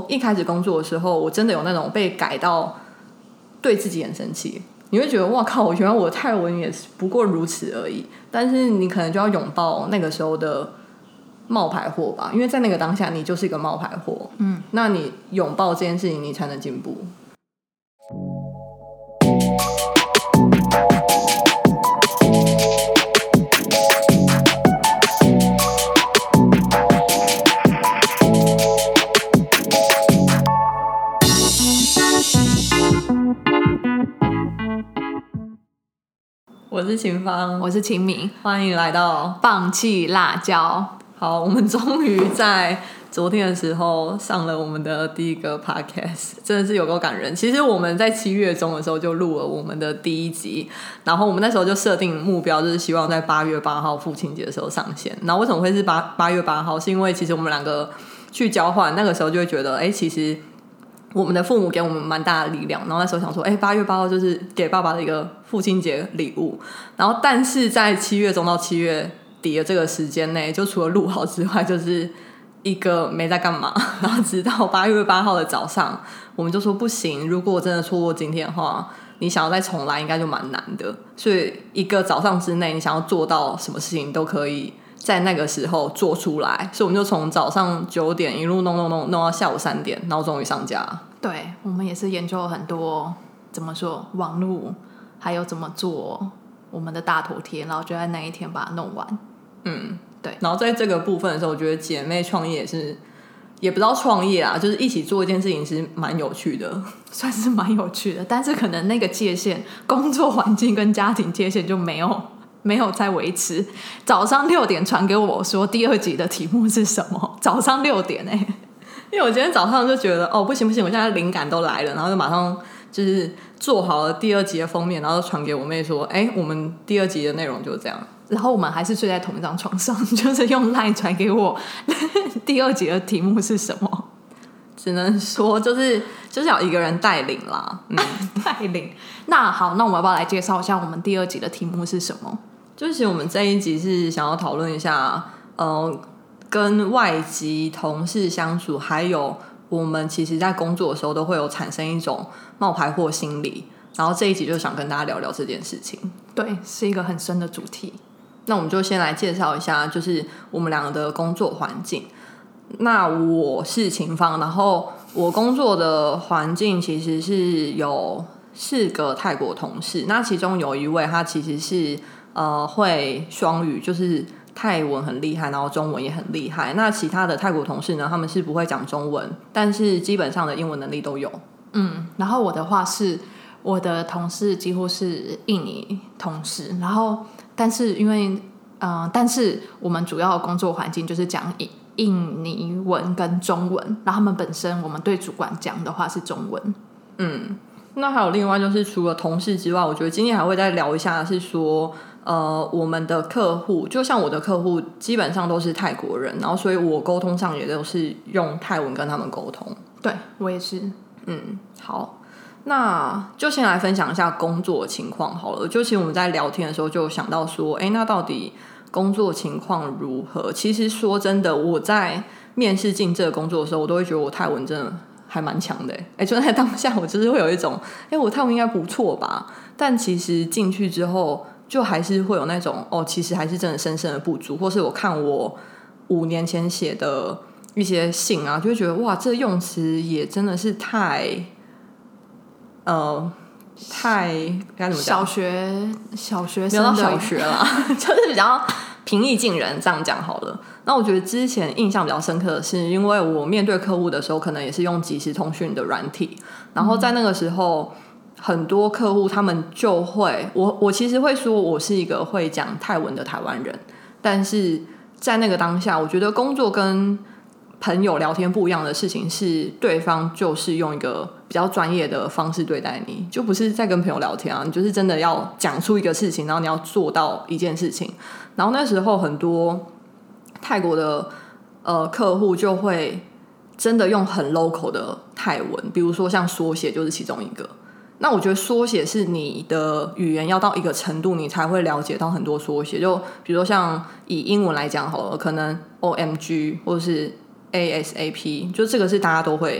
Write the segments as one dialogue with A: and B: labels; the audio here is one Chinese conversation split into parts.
A: 一开始工作的时候，我真的有那种被改到对自己很生气，你会觉得哇靠，原来我的泰文也是不过如此而已。但是你可能就要拥抱那个时候的冒牌货吧，因为在那个当下你就是一个冒牌货。那你拥抱这件事情，你才能进步。我是秦芳，
B: 我是秦敏，
A: 欢迎来到
B: 放弃辣椒。
A: 好，我们终于在昨天的时候上了我们的第一个 podcast， 真的是有够感人。其实我们在7月中的时候就录了我们的第一集，然后我们那时候就设定目标，就是希望在8月8号父亲节的时候上线。然后为什么会是8月8号？是因为其实我们两个去交换，那个时候就会觉得，其实我们的父母给我们蛮大的力量，然后那时候想说8月8号就是给爸爸的一个父亲节礼物。然后但是在7月中到7月底的这个时间内，就除了录好之外，就是一个没在干嘛。然后直到8月8号的早上，我们就说不行，如果我真的错过今天的话，你想要再重来应该就蛮难的。所以一个早上之内，你想要做到什么事情都可以在那个时候做出来。所以我们就从早上9点一路弄到下午3点，然后终于上架。
B: 对，我们也是研究了很多怎么说网路，还有怎么做我们的大头贴，然后就在那一天把它弄完。对。
A: 然后在这个部分的时候，我觉得姐妹创业也不知道创业啦，就是一起做一件事情是蛮有趣的，
B: 算是蛮有趣的。但是可能那个界限，工作环境跟家庭界限就没有在维持。早上6点传给我说第2集的题目是什么？早上6点
A: 因为我今天早上就觉得不行，我现在灵感都来了，然后就马上就是做好了第2集的封面，然后就传给我妹说我们第2集的内容就是这样。
B: 然后我们还是睡在同一张床上，就是用 LINE 传给我第2集的题目是什么。
A: 只能说就是要一个人带领啦。
B: 带领。那好，那我们要不要来介绍一下我们第2集的题目是什么？
A: 就是我们这一集是想要讨论一下跟外籍同事相处，还有我们其实在工作的时候都会有产生一种冒牌货心理，然后这一集就想跟大家聊聊这件事情。
B: 对，是一个很深的主题。
A: 那我们就先来介绍一下，就是我们两个的工作环境。那我是秦芳，然后我工作的环境其实是有4个泰国同事，那其中有一位他其实是会双语，就是泰文很厉害，然后中文也很厉害。那其他的泰国同事呢，他们是不会讲中文，但是基本上的英文能力都有。
B: 然后我的话是，我的同事几乎是印尼同事，然后但是因为但是我们主要的工作环境就是讲印尼文跟中文，然后他们本身我们对主管讲的话是中文。
A: 那还有另外就是除了同事之外，我觉得今天还会再聊一下，是说我们的客户，就像我的客户基本上都是泰国人，然后所以我沟通上也都是用泰文跟他们沟通。
B: 对，我也是。
A: 好，那就先来分享一下工作的情况好了。就其实我们在聊天的时候就想到说，那到底工作情况如何？其实说真的，我在面试进这个工作的时候，我都会觉得我泰文真的还蛮强的。就在当下，我就是会有一种，我泰文应该不错吧？但其实进去之后，就还是会有那种其实还是真的深深的不足，或是我看我5年前写的一些信啊，就会觉得哇，这用词也真的是太该怎么讲？小学生的，没有到小学啦，就是比较平易近人，这样讲好了。那我觉得之前印象比较深刻的是，因为我面对客户的时候，可能也是用即时通讯的软体，然后在那个时候，很多客户他们就会，我其实会说我是一个会讲泰文的台湾人，但是在那个当下，我觉得工作跟朋友聊天不一样的事情是，对方就是用一个比较专业的方式对待你，就不是在跟朋友聊天啊，你就是真的要讲出一个事情，然后你要做到一件事情。然后那时候很多泰国的客户就会真的用很 local 的泰文，比如说像缩写就是其中一个。那我觉得缩写是你的语言要到一个程度，你才会了解到很多缩写。就比如说像以英文来讲好了，可能 OMG 或者是 ASAP， 就这个是大家都会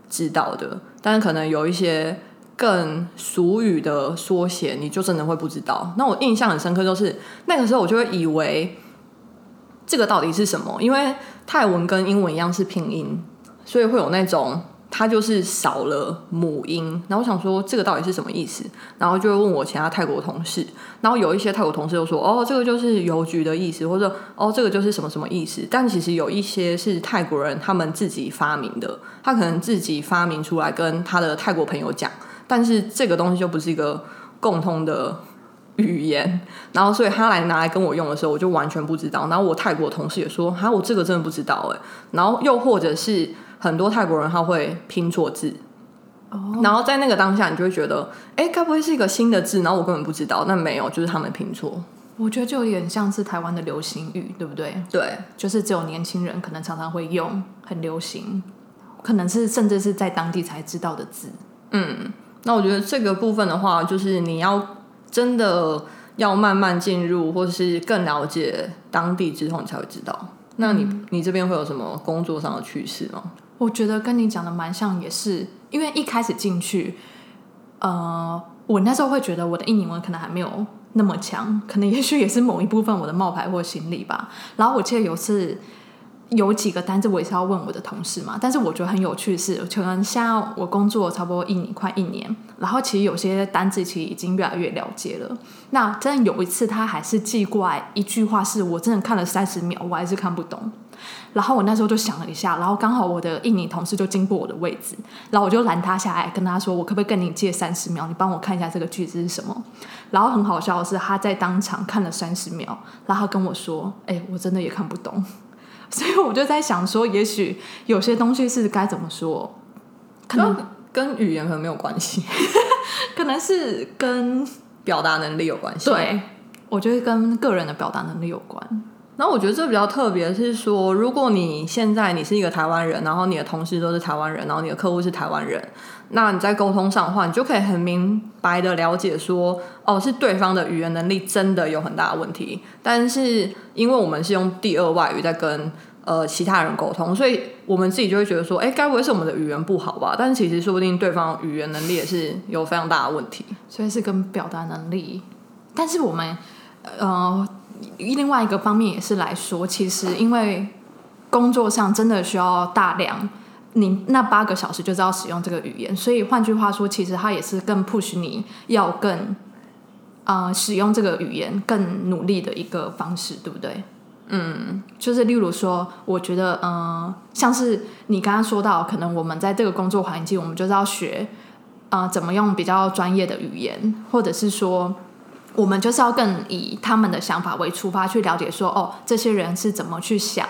A: 知道的，但是可能有一些更俗语的缩写你就真的会不知道。那我印象很深刻，就是那个时候我就会以为这个到底是什么，因为泰文跟英文一样是拼音，所以会有那种它就是少了母音，然后我想说这个到底是什么意思，然后就会问我其他泰国同事，然后有一些泰国同事就说哦这个就是邮局的意思，或者哦这个就是什么什么意思，但其实有一些是泰国人他们自己发明的，他可能自己发明出来跟他的泰国朋友讲，但是这个东西就不是一个共通的语言，然后所以他拿来跟我用的时候我就完全不知道，然后我泰国同事也说哈我这个真的不知道耶，然后又或者是很多泰国人他会拼错字，然后在那个当下你就会觉得该不会是一个新的字，然后我根本不知道，但没有，就是他们拼错。
B: 我觉得就有点像是台湾的流行语，对不对？
A: 对，
B: 就是只有年轻人可能常常会用，很流行，可能是甚至是在当地才知道的字。
A: 那我觉得这个部分的话，就是你要真的要慢慢进入，或者是更了解当地之后，你才会知道。那你这边会有什么工作上的趋势吗？
B: 我觉得跟你讲的蛮像，也是因为一开始进去，我那时候会觉得我的印尼文可能还没有那么强，可能也许也是某一部分我的冒牌或行李吧。然后我记得有几个单字我也是要问我的同事嘛，但是我觉得很有趣的是，可能像我工作差不多快1年，然后其实有些单字其实已经越来越了解了。那真的有一次他还是寄过来一句话，是我真的看了30秒我还是看不懂，然后我那时候就想了一下，然后刚好我的印尼同事就经过我的位置，然后我就拦他下来跟他说我可不可以跟你借30秒，你帮我看一下这个句子是什么。然后很好笑的是他在当场看了30秒，然后他跟我说我真的也看不懂。所以我就在想说也许有些东西是该怎么说，可能
A: 跟语言可能没有关系
B: 可能是跟
A: 表达能力有关系。
B: 对，我觉得跟个人的表达能力有关。
A: 然后我觉得这比较特别是说，如果你现在你是一个台湾人，然后你的同事都是台湾人，然后你的客户是台湾人，那你在沟通上的话，你就可以很明白的了解说是对方的语言能力真的有很大的问题，但是因为我们是用第二外语在跟其他人沟通，所以我们自己就会觉得说该不会是我们的语言不好吧，但是其实说不定对方语言能力也是有非常大的问题，
B: 所以是跟表达能力。但是我们另外一个方面也是来说，其实因为工作上真的需要大量，你那8个小时就是要使用这个语言，所以换句话说，其实它也是更 push 你要更使用这个语言更努力的一个方式，对不对？就是例如说我觉得像是你刚刚说到，可能我们在这个工作环境我们就是要学怎么用比较专业的语言，或者是说我们就是要更以他们的想法为出发去了解说这些人是怎么去想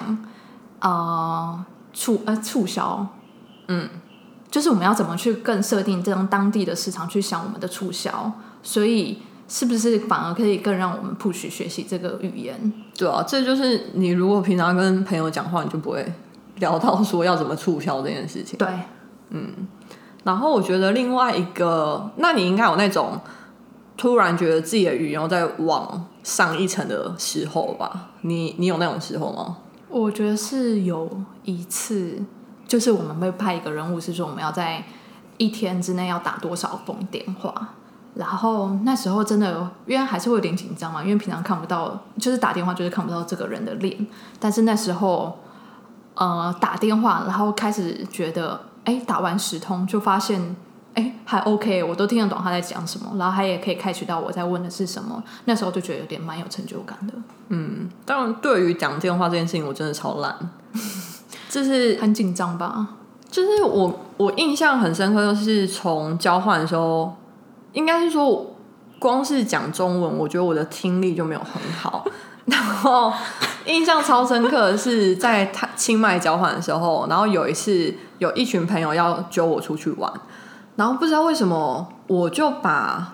B: 促销，就是我们要怎么去更设定这种当地的市场去想我们的促销，所以是不是反而可以更让我们 push 学习这个语言？
A: 对啊，这就是你如果平常跟朋友讲话，你就不会聊到说要怎么促销这件事情。
B: 对，
A: 然后我觉得另外一个，那你应该有那种突然觉得自己的语言在往上一层的时候吧？你有那种时候吗？
B: 我觉得是有一次，就是我们会派一个任务，是说我们要在1天之内要打多少封电话。然后那时候真的因为还是会有点紧张嘛，因为平常看不到，就是打电话就是看不到这个人的脸，但是那时候打电话，然后开始觉得打完10通就发现还 OK， 我都听得懂他在讲什么，然后他也可以catch到我在问的是什么，那时候就觉得有点蛮有成就感的。
A: 当然对于讲电话这件事情我真的超烂就是
B: 很紧张吧，
A: 就是我印象很深刻，就是从交换的时候，应该是说光是讲中文我觉得我的听力就没有很好然后印象超深刻的是在清迈交换的时候，然后有一次有一群朋友要揪我出去玩，然后不知道为什么我就把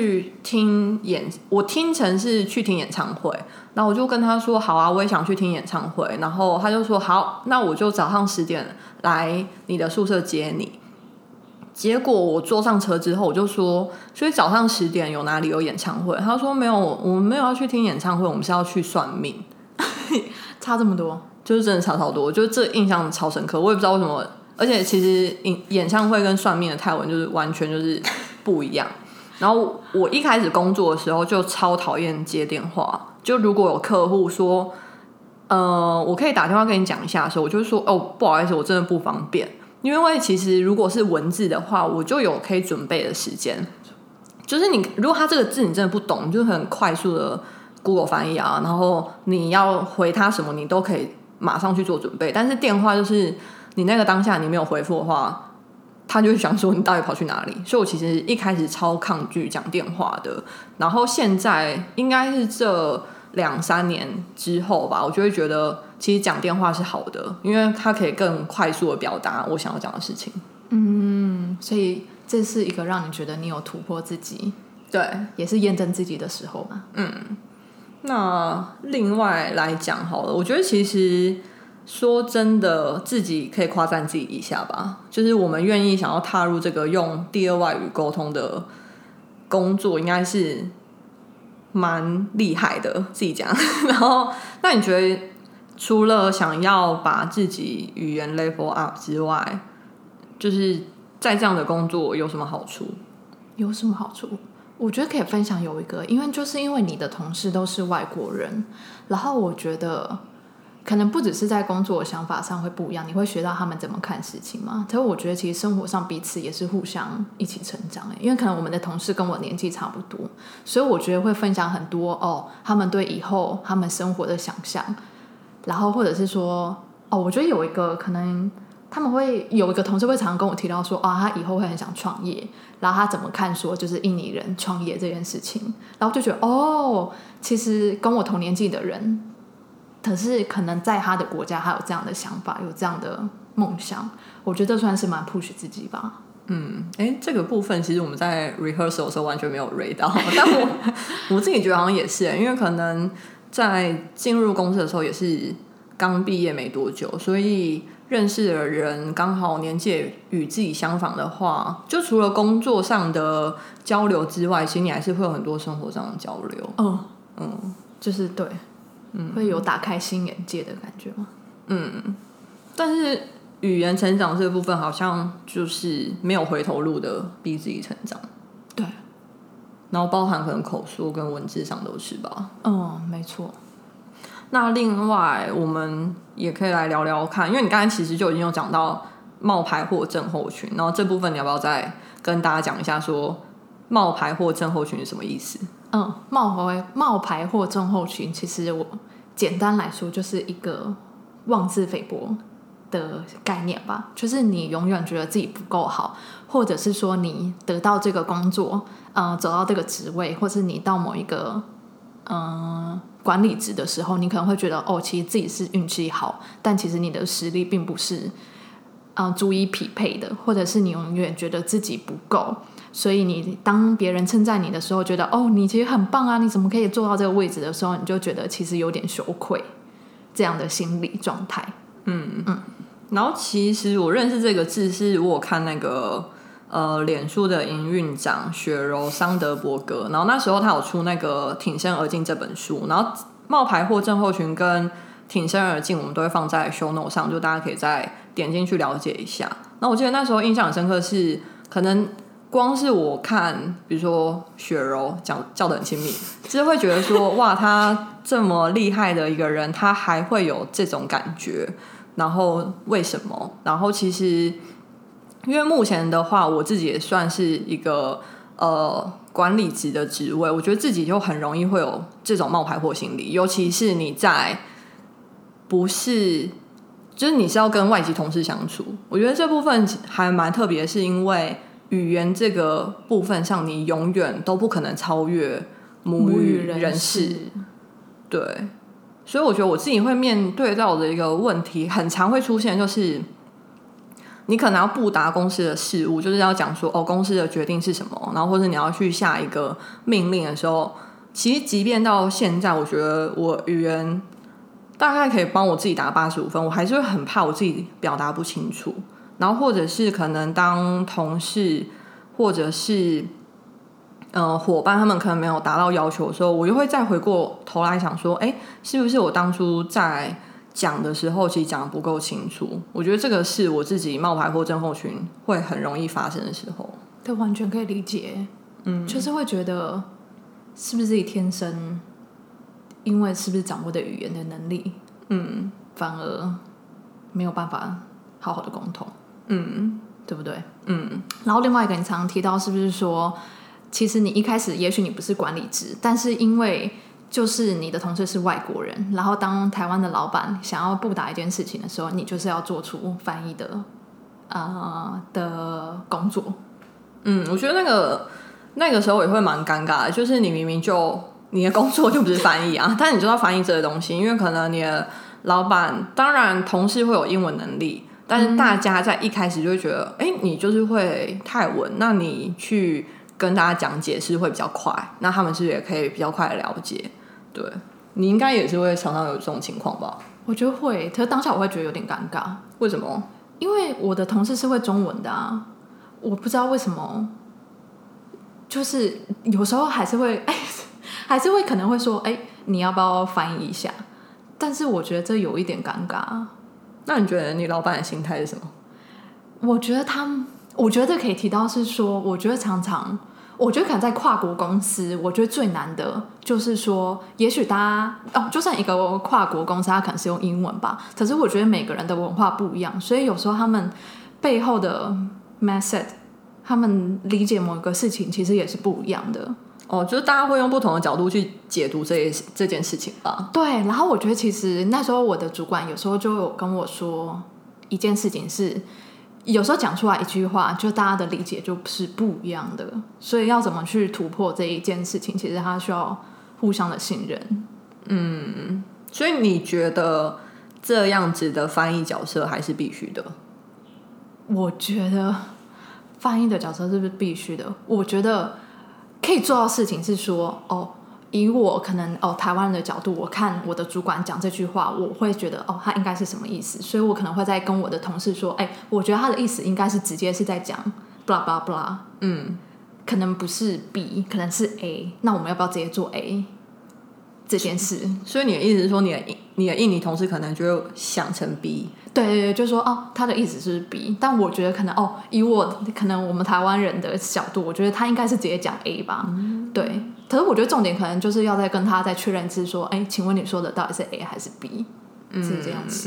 A: 我听成是去听演唱会，然后我就跟他说好啊，我也想去听演唱会，然后他就说好，那我就早上10点来你的宿舍接你。结果我坐上车之后我就说，所以早上10点有哪里有演唱会？他说没有，我们没有要去听演唱会，我们是要去算命差这么多，就是真的差超多，就是这印象超深刻，我也不知道为什么，而而且其实演唱会跟算命的泰文就是完全就是不一样。然后我一开始工作的时候就超讨厌接电话，就如果有客户说我可以打电话跟你讲一下的时候，我就说哦不好意思，我真的不方便。因为其实如果是文字的话，我就有可以准备的时间，就是你如果他这个字你真的不懂，你就很快速的 Google 翻译啊，然后你要回他什么你都可以马上去做准备。但是电话就是你那个当下你没有回复的话，他就会想说你到底跑去哪里。所以我其实一开始超抗拒讲电话的，然后现在应该是这2-3年之后吧，我就会觉得其实讲电话是好的，因为它可以更快速的表达我想要讲的事情。
B: 所以这是一个让你觉得你有突破自己，
A: 对，
B: 也是验证自己的时候嘛。
A: 那另外来讲好了，我觉得其实说真的，自己可以夸赞自己一下吧，就是我们愿意想要踏入这个用第二外语沟通的工作，应该是蛮厉害的，自己讲。然后，那你觉得除了想要把自己语言 level up 之外，就是在这样的工作有什么好处？
B: 有什么好处？我觉得可以分享有一个，因为你的同事都是外国人，然后我觉得可能不只是在工作的想法上会不一样，你会学到他们怎么看事情嘛。可是我觉得其实生活上彼此也是互相一起成长，因为可能我们的同事跟我年纪差不多，所以我觉得会分享很多他们对以后他们生活的想象，然后或者是说我觉得有一个可能他们会有一个同事会常常跟我提到说他以后会很想创业，然后他怎么看说就是印尼人创业这件事情，然后就觉得其实跟我同年纪的人，可是可能在他的国家还有这样的想法，有这样的梦想，我觉得这算是蛮 push 自己吧。
A: 这个部分其实我们在 rehearsal 的时候完全没有 read 到，但我自己觉得好像也是，因为可能在进入公司的时候也是刚毕业没多久，所以认识的人刚好年纪也与自己相仿的话，就除了工作上的交流之外，其实你还是会有很多生活上的交流。
B: 就是对，会有打开新眼界的感觉吗？
A: 但是语言成长这个部分好像就是没有回头路的逼自己成长。
B: 对，
A: 然后包含可能口说跟文字上都是吧。
B: 没错。
A: 那另外我们也可以来聊聊看，因为你刚才其实就已经有讲到冒牌货症候群，然后这部分你要不要再跟大家讲一下说冒牌货症候群是什么意思？
B: 冒牌货症候群其实我简单来说就是一个妄自菲薄的概念吧，就是你永远觉得自己不够好，或者是说你得到这个工作走到这个职位，或是你到某一个管理职的时候，你可能会觉得其实自己是运气好，但其实你的实力并不是足以匹配的，或者是你永远觉得自己不够，所以你当别人称赞你的时候觉得你其实很棒啊，你怎么可以做到这个位置的时候，你就觉得其实有点羞愧，这样的心理状态。
A: 然后其实我认识这个字是我有看那个脸书的营运长雪柔桑德伯格，然后那时候他有出那个挺身而进这本书，然后冒牌货症候群跟挺身而进我们都会放在 show note 上，就大家可以再点进去了解一下。那我记得那时候印象很深刻是可能光是我看比如说雪柔叫得很亲密，就是会觉得说哇他这么厉害的一个人他还会有这种感觉，然后为什么？然后其实因为目前的话我自己也算是一个管理职的职位，我觉得自己就很容易会有这种冒牌货心理，尤其是你在不是就是你是要跟外籍同事相处，我觉得这部分还蛮特别，是因为语言这个部分上你永远都不可能超越母语人士。对，所以我觉得我自己会面对到的一个问题很常会出现，就是你可能要布达公司的事务，就是要讲说公司的决定是什么，然后或者你要去下一个命令的时候，其实即便到现在我觉得我语言大概可以帮我自己打85分，我还是会很怕我自己表达不清楚，然后或者是可能当同事或者是伙伴他们可能没有达到要求的时候，我又会再回过头来想说是不是我当初在讲的时候其实讲得不够清楚，我觉得这个是我自己冒牌或症候群会很容易发生的时候。
B: 对，完全可以理解。就是会觉得是不是自己天生因为是不是掌握的语言的能力，反而没有办法好好的沟通，对不对？然后另外一个你常常提到，是不是说其实你一开始也许你不是管理职，但是因为就是你的同事是外国人，然后当台湾的老板想要布达一件事情的时候，你就是要做出翻译的工作。我觉得那个时候也会蛮尴尬的，就是你明明就你的工作就不是翻译啊，但你就要翻译这个东西，因为可能你的老板当然同事会有英文能力，但是大家在一开始就会觉得你就是会泰文，那你去跟大家讲解是会比较快，那他们是不是也可以比较快的了解？对，你应该也是会常常有这种情况吧？ 我觉得会，可是当下我会觉得有点尴尬。
A: 为什么？
B: 因为我的同事是会中文的啊，我不知道为什么，就是有时候还是会可能会说你要不要翻译一下，但是我觉得这有一点尴尬。
A: 那你觉得你老板的心态是什么？
B: 我觉得可以提到是说，我觉得可能在跨国公司，我觉得最难的就是说，也许大家就算一个跨国公司，它可能是用英文吧，可是我觉得每个人的文化不一样，所以有时候他们背后的 message， 他们理解某一个事情其实也是不一样的。
A: 就是大家会用不同的角度去解读这件事情吧。
B: 对，然后我觉得其实那时候我的主管有时候就有跟我说一件事情是，有时候讲出来一句话，就大家的理解就是不一样的，所以要怎么去突破这一件事情，其实它需要互相的信任。
A: 所以你觉得这样子的翻译角色还是必须的？
B: 我觉得翻译的角色是不是必须的？我觉得可以做到事情是说，以我可能台湾人的角度，我看我的主管讲这句话，我会觉得他应该是什么意思，所以我可能会再跟我的同事说，我觉得他的意思应该是直接是在讲 blah blah blah，可能不是 B， 可能是 A， 那我们要不要直接做 A 这件事？
A: 所以你的意思是说，你的印尼同事可能就会想成 B。
B: 对，就说他的意思是 B， 但我觉得可能以可能我们台湾人的角度，我觉得他应该是直接讲 A 吧。对，可是我觉得重点可能就是要再跟他再确认是说，请问你说的到底是 A 还是 B？是这样子，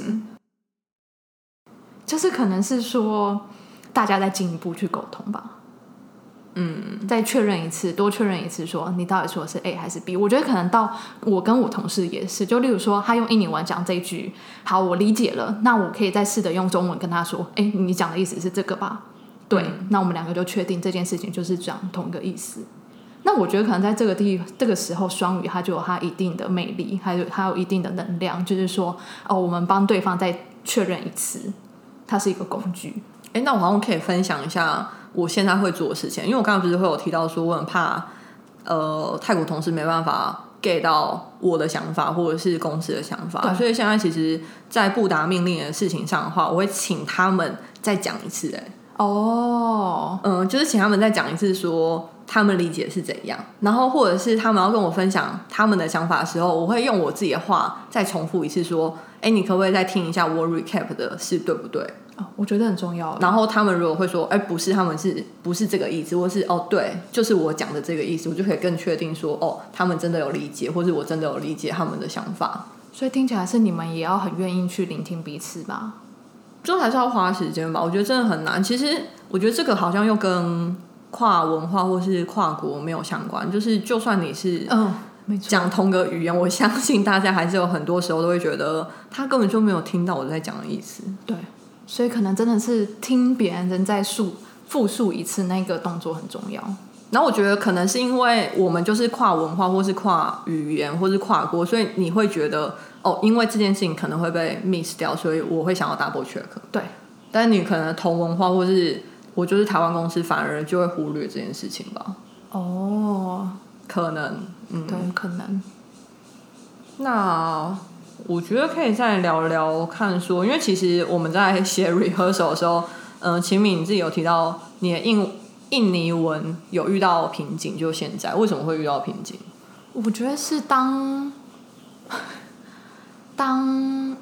B: 就是可能是说大家再进一步去沟通吧。再确认一次，多确认一次说你到底说的是 A 还是 B。 我觉得可能到我跟我同事也是，就例如说他用印尼文讲这一句，好，我理解了，那我可以再试着用中文跟他说，你讲的意思是这个吧？对，那我们两个就确定这件事情就是讲同一个意思。那我觉得可能在这个时候，双语它就有它一定的魅力，还有它有一定的能量，就是说我们帮对方再确认一次，它是一个工具。
A: 那我好像可以分享一下我现在会做的事情，因为我刚刚不是会有提到说我很怕泰国同事没办法 get 到我的想法或者是公司的想法，所以现在其实在布达命令的事情上的话，我会请他们再讲一次。就是请他们再讲一次说他们理解是怎样，然后或者是他们要跟我分享他们的想法的时候，我会用我自己的话再重复一次说你可不可以再听一下我 recap 的是对不对？
B: 我觉得很重要。
A: 然后他们如果会说不是，他们是不是这个意思，或是对，就是我讲的这个意思，我就可以更确定说他们真的有理解，或是我真的有理解他们的想法。
B: 所以听起来是你们也要很愿意去聆听彼此吧？
A: 就还是要花时间吧，我觉得真的很难。其实我觉得这个好像又跟跨文化或是跨国没有相关，就是就算你是讲同个语言，我相信大家还是有很多时候都会觉得他根本就没有听到我在讲的意思。
B: 对，所以可能真的是听别人再复述一次那个动作很重要。
A: 然后我觉得可能是因为我们就是跨文化或是跨语言或是跨国，所以你会觉得因为这件事情可能会被 miss 掉，所以我会想要 double check。
B: 对，
A: 但是你可能同文化或是我就是台湾公司，反而就会忽略这件事情吧。可能
B: 对，可能。
A: 那我觉得可以再聊聊看说，因为其实我们在写 rehearsal 的时候，秦敏你自己有提到你的印尼文有遇到瓶颈，就现在为什么会遇到瓶颈？
B: 我觉得是当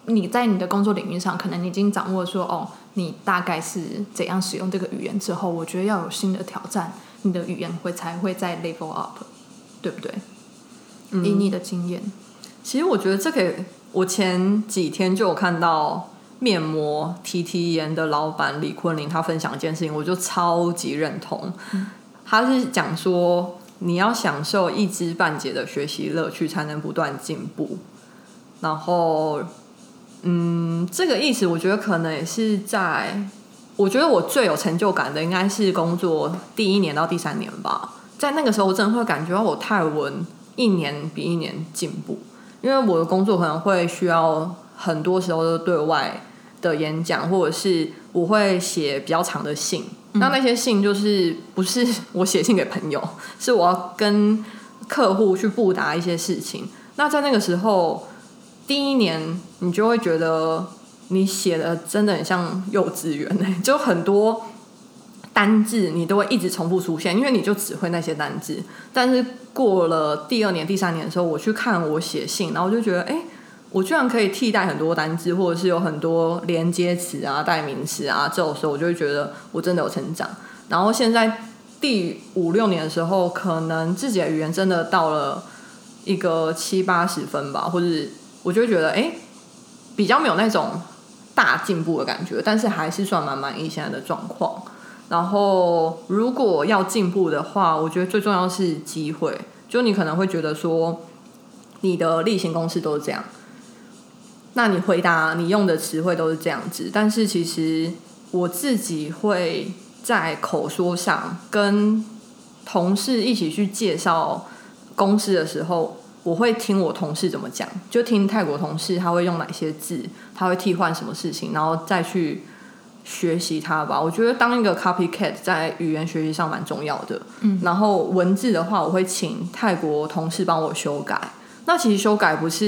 B: 你在你的工作领域上，可能你已经掌握说哦，你大概是怎样使用这个语言之后，我觉得要有新的挑战，你的语言才会再 level up， 对不对？以你的经验，
A: 其实我觉得这可以，我前几天就有看到面膜 TT 颜的老板李坤林他分享一件事情，我就超级认同。他是讲说你要享受一知半解的学习乐趣，才能不断进步。然后这个意思我觉得可能也是我觉得我最有成就感的应该是工作第1年到第3年吧。在那个时候我真的会感觉到我泰文1年比1年进步，因为我的工作可能会需要很多时候都对外的演讲，或者是我会写比较长的信，那些信就是不是我写信给朋友，是我要跟客户去布达一些事情。那在那个时候第1年你就会觉得你写的真的很像幼稚园，就很多单字你都会一直重复出现，因为你就只会那些单字。但是过了第2年第3年的时候，我去看我写信，然后我就觉得我居然可以替代很多单字，或者是有很多连接词啊代名词啊，这种时候我就会觉得我真的有成长。然后现在第5、6年的时候，可能自己的语言真的到了一个70、80分吧，或者我就会觉得比较没有那种大进步的感觉，但是还是算蛮满意现在的状况。然后如果要进步的话，我觉得最重要是机会，就你可能会觉得说你的例行公事都是这样，那你回答你用的词汇都是这样子，但是其实我自己会在口说上跟同事一起去介绍公司的时候，我会听我同事怎么讲，就听泰国同事他会用哪些字，他会替换什么事情，然后再去学习它吧。我觉得当一个 copycat 在语言学习上蛮重要的。然后文字的话，我会请泰国同事帮我修改。那其实修改不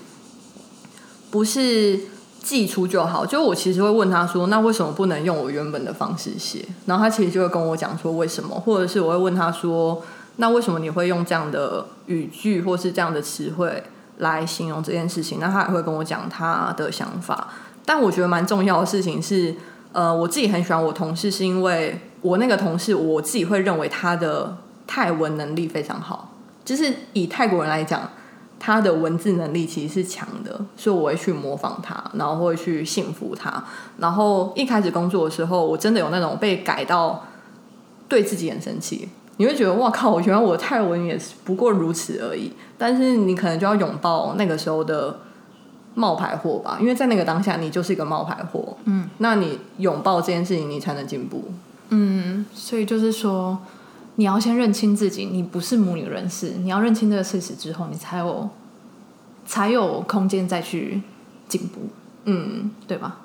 A: 是寄出就好，就我其实会问他说，那为什么不能用我原本的方式写？然后他其实就会跟我讲说为什么，或者是我会问他说，那为什么你会用这样的语句或是这样的词汇来形容这件事情？那他也会跟我讲他的想法。但我觉得蛮重要的事情是我自己很喜欢我同事，是因为我那个同事我自己会认为他的泰文能力非常好，就是以泰国人来讲，他的文字能力其实是强的，所以我会去模仿他，然后会去信服他。然后一开始工作的时候，我真的有那种被改到对自己很生气，你会觉得哇靠，原来我的泰文也不过如此而已。但是你可能就要拥抱那个时候的冒牌货吧，因为在那个当下你就是一个冒牌货。那你拥抱这件事情，你才能进步。
B: 所以就是说你要先认清自己，你不是母语人士，你要认清这个事实之后，你才有空间再去进步。对吧？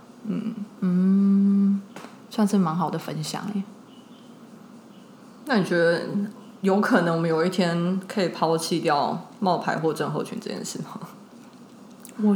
B: 算是蛮好的分享耶。
A: 那你觉得有可能我们有一天可以抛弃掉冒牌货症候群这件事吗？
B: 我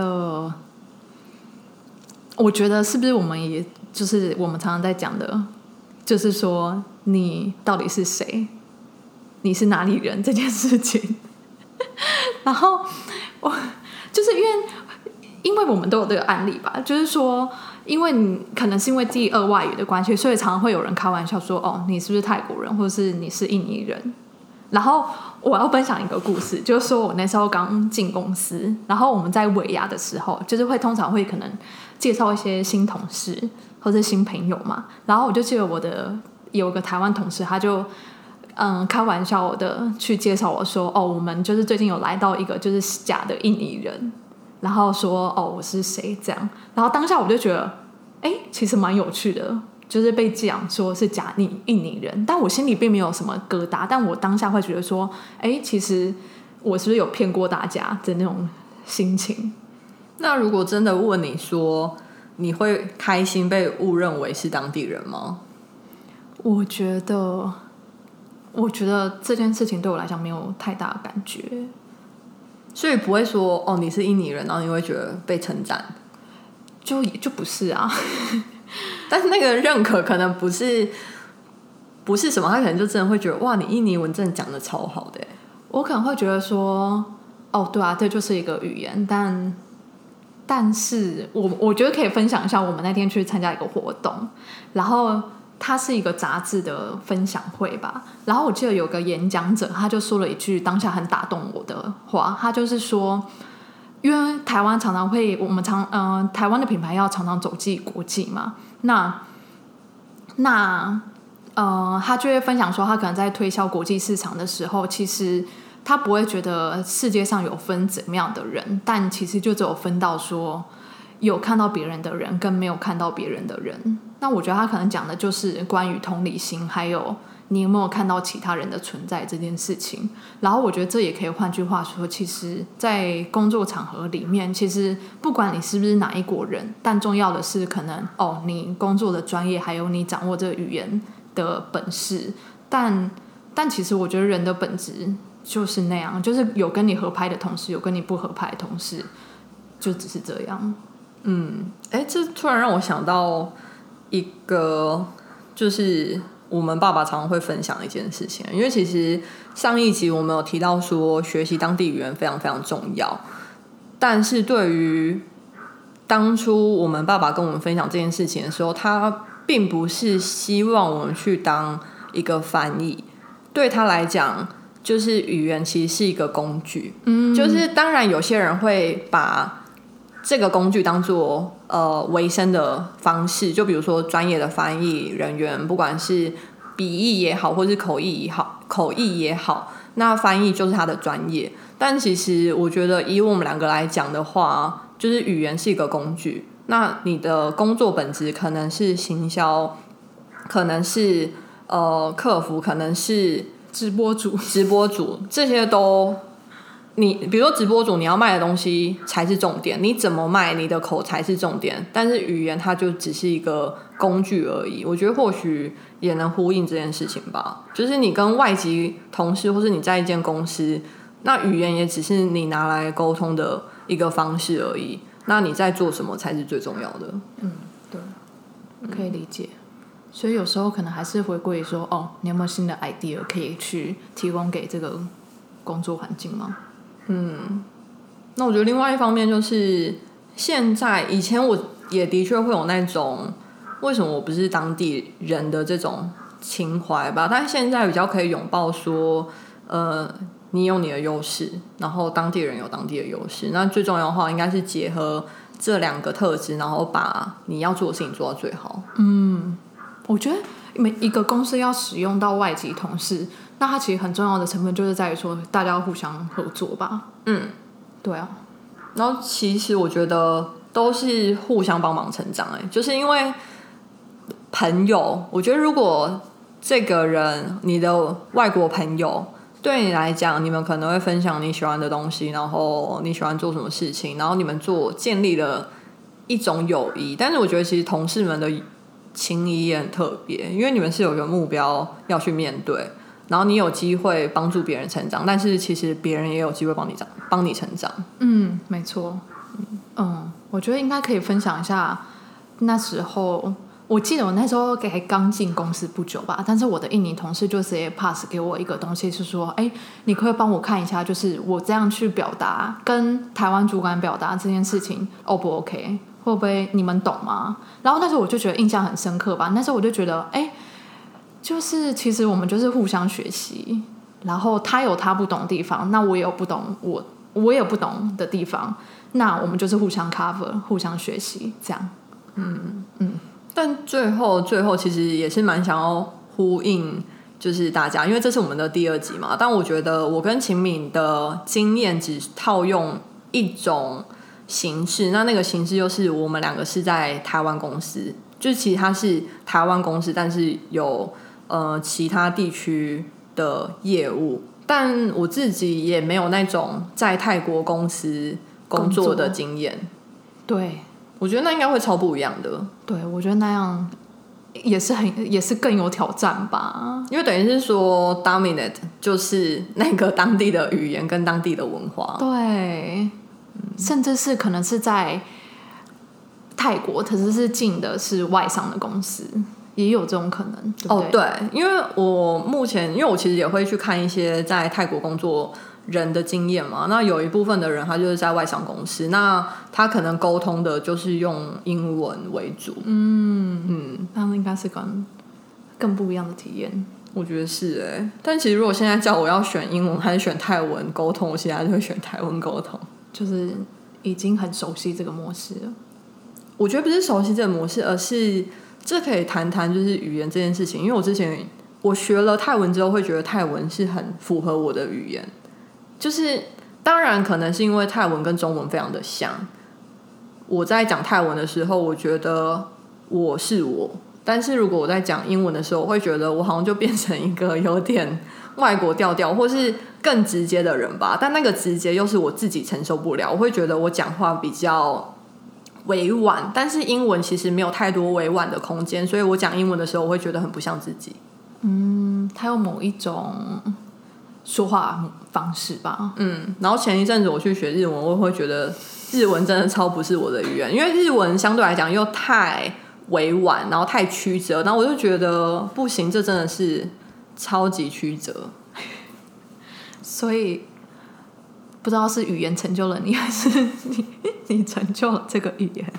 B: 觉得是不是我们也就是我们常常在讲的，就是说你到底是谁，你是哪里人这件事情。然后我就是因为我们都有这个案例吧，就是说因为你可能是因为第2外语的关系，所以常常会有人开玩笑说哦，你是不是泰国人，或者是你是印尼人。然后我要分享一个故事，就是说我那时候刚进公司，然后我们在尾牙的时候，就是通常会可能介绍一些新同事或者新朋友嘛。然后我就记得有个台湾同事，他就开玩笑的去介绍我说，哦，我们就是最近有来到一个就是假的印尼人，然后说哦我是谁这样。然后当下我就觉得其实蛮有趣的，就是被讲说是假印尼人，但我心里并没有什么疙瘩，但我当下会觉得说其实我是不是有骗过大家的那种心情。
A: 那如果真的问你说，你会开心被误认为是当地人吗？
B: 我觉得这件事情对我来讲没有太大的感觉，
A: 所以不会说哦你是印尼人，然后你会觉得被称赞，
B: 就不是啊。
A: 但是那个认可可能不是什么，他可能就真的会觉得哇，你印尼文真的讲得超好的。
B: 我可能会觉得说哦对啊，这就是一个语言，但但是我觉得可以分享一下，我们那天去参加一个活动，然后它是一个杂志的分享会吧，然后我记得有个演讲者，他就说了一句当下很打动我的话，他就是说，因为台湾常常会，我们台湾的品牌要常常走进国际嘛，那他就会分享说，他可能在推销国际市场的时候，其实他不会觉得世界上有分怎么样的人，但其实就只有分到说有看到别人的人跟没有看到别人的人。那我觉得他可能讲的就是关于同理心，还有你有没有看到其他人的存在这件事情。然后我觉得这也可以换句话说，其实在工作场合里面，其实不管你是不是哪一国人，但重要的是可能你工作的专业，还有你掌握这个语言的本事。但其实我觉得人的本质就是那样，就是有跟你合拍的同事，有跟你不合拍的同事，就只是这样。
A: 这突然让我想到一个，就是我们爸爸常常会分享一件事情，因为其实上一集我们有提到说学习当地语言非常非常重要，但是对于当初我们爸爸跟我们分享这件事情的时候，他并不是希望我们去当一个翻译，对他来讲就是语言其实是一个工具，就是当然有些人会把这个工具当作维生的方式，就比如说专业的翻译人员，不管是笔译也好，或是口译也好，那翻译就是他的专业。但其实我觉得以我们两个来讲的话，就是语言是一个工具，那你的工作本质可能是行销，可能是客服，可能是
B: 直播主，
A: 这些都你比如说直播主，你要卖的东西才是重点，你怎么卖，你的口才是重点，但是语言它就只是一个工具而已。我觉得或许也能呼应这件事情吧，就是你跟外籍同事，或是你在一间公司，那语言也只是你拿来沟通的一个方式而已，那你在做什么才是最重要的。
B: 对，可以理解。所以有时候可能还是回归说，你有没有新的 idea 可以去提供给这个工作环境吗？
A: 那我觉得另外一方面就是现在以前我也的确会有那种为什么我不是当地人的这种情怀吧，但现在比较可以拥抱说你有你的优势，然后当地人有当地的优势，那最重要的话应该是结合这两个特质，然后把你要做的事情做到最好。
B: 我觉得每一个公司要使用到外籍同事，那它其实很重要的成分就是在于说大家要互相合作吧。对啊。
A: 然后其实我觉得都是互相帮忙成长，就是因为朋友，我觉得如果这个人你的外国朋友对你来讲，你们可能会分享你喜欢的东西，然后你喜欢做什么事情，然后你们建立了一种友谊。但是我觉得其实同事们的情谊也很特别，因为你们是有一个目标要去面对，然后你有机会帮助别人成长，但是其实别人也有机会帮你成长。
B: 没错。我觉得应该可以分享一下那时候，我记得我那时候还刚进公司不久吧，但是我的印尼同事就直接 pass 给我一个东西，是说你可以帮我看一下，就是我这样去表达跟台湾主管表达这件事情 O 不 OK， 会不会你们懂吗？然后那时候我就觉得印象很深刻吧，那时候我就觉得就是其实我们就是互相学习，然后他有他不懂的地方，那我也有不懂我也有不懂的地方，那我们就是互相 cover， 互相学习这样。
A: 但最后其实也是蛮想要呼应就是大家，因为这是我们的第2集嘛，但我觉得我跟秦敏的经验只套用一种形式，那个形式就是我们两个是在台湾公司，就是其实它是台湾公司，但是有其他地区的业务，但我自己也没有那种在泰国公司工作的经验。
B: 对，
A: 我觉得那应该会超不一样的。
B: 对，我觉得那样也是更有挑战吧，
A: 因为等于是说 dominate 就是那个当地的语言跟当地的文化。
B: 对，甚至是可能是在泰国，可是进的是外商的公司，也有这种可能，对不对？
A: 对，因为我其实也会去看一些在泰国工作人的经验嘛，那有一部分的人他就是在外商公司，那他可能沟通的就是用英文为主。
B: 那应该是更不一样的体验。
A: 我觉得是但其实如果现在叫我要选英文还是选泰文沟通，我现在就会选泰文沟通，
B: 就是已经很熟悉这个模式了。
A: 我觉得不是熟悉这个模式，而是这可以谈谈就是语言这件事情。因为我之前我学了泰文之后，会觉得泰文是很符合我的语言，就是当然可能是因为泰文跟中文非常的像。我在讲泰文的时候，我觉得我是我，但是如果我在讲英文的时候，我会觉得我好像就变成一个有点外国调调或是更直接的人吧，但那个直接又是我自己承受不了，我会觉得我讲话比较委婉，但是英文其实没有太多委婉的空间，所以我讲英文的时候我会觉得很不像自己。
B: 它有某一种说话方式吧。
A: 然后前一阵子我去学日文，我会觉得日文真的超不是我的语言，因为日文相对来讲又太委婉，然后太曲折，然后我就觉得不行，这真的是超级曲折。
B: 所以不知道是语言成就了你，还是你成就了这个语言。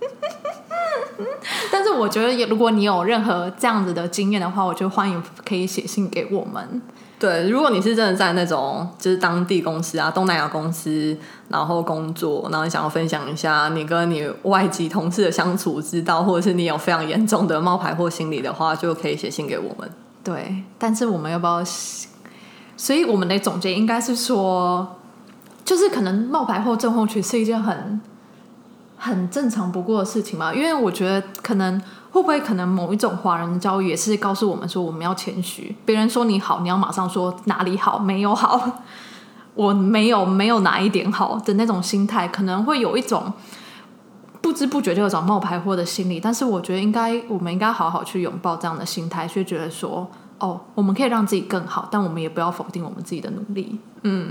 B: 但是我觉得如果你有任何这样子的经验的话，我就欢迎可以写信给我们。
A: 对，如果你是真的在那种就是当地公司啊、东南亚公司然后工作，然后你想要分享一下你跟你外籍同事的相处之道，或者是你有非常严重的冒牌货心理的话，就可以写信给我们。
B: 对，但是我们要不要，所以我们的总结应该是说，就是可能冒牌货症候群是一件很正常不过的事情嘛。因为我觉得可能会不会可能某一种华人的教育也是告诉我们说我们要谦虚，别人说你好，你要马上说哪里好，没有好，我没有哪一点好的那种心态，可能会有一种不知不觉就有种冒牌货的心理。但是我觉得我们应该好好去拥抱这样的心态，去觉得说我们可以让自己更好，但我们也不要否定我们自己的努力。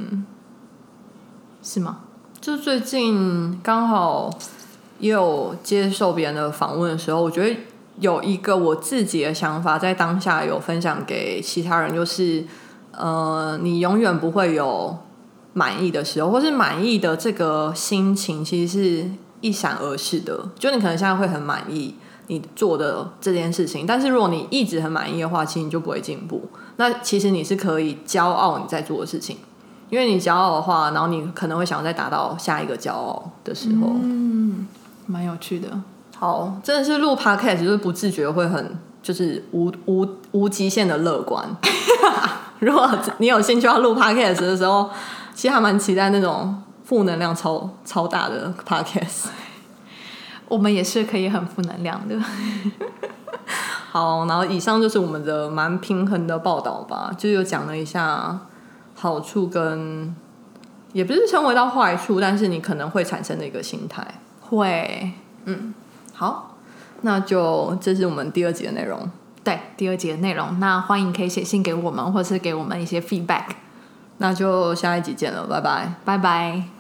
B: 是吗？
A: 就最近刚好也有接受别人的访问的时候，我觉得有一个我自己的想法在当下有分享给其他人，就是你永远不会有满意的时候，或是满意的这个心情其实是一闪而逝的。就你可能现在会很满意你做的这件事情，但是如果你一直很满意的话，其实你就不会进步。那其实你是可以骄傲你在做的事情，因为你骄傲的话，然后你可能会想要再达到下一个骄傲的时候。
B: 蛮有趣的。
A: 好，真的是录 podcast 就是不自觉会很就是无极限的乐观。如果你有兴趣要录 podcast 的时候，其实还蛮期待那种负能量超大的 podcast。
B: 我们也是可以很负能量的。
A: 好，然后以上就是我们的蛮平衡的报道吧，就有讲了一下好处跟也不是称为到坏处，但是你可能会产生的一个心态。
B: 会。
A: 好，那就这是我们第2集的内容。
B: 对，第2集的内容，那欢迎可以写信给我们，或是给我们一些 feedback。
A: 那就下一集见了，拜拜，
B: 拜拜。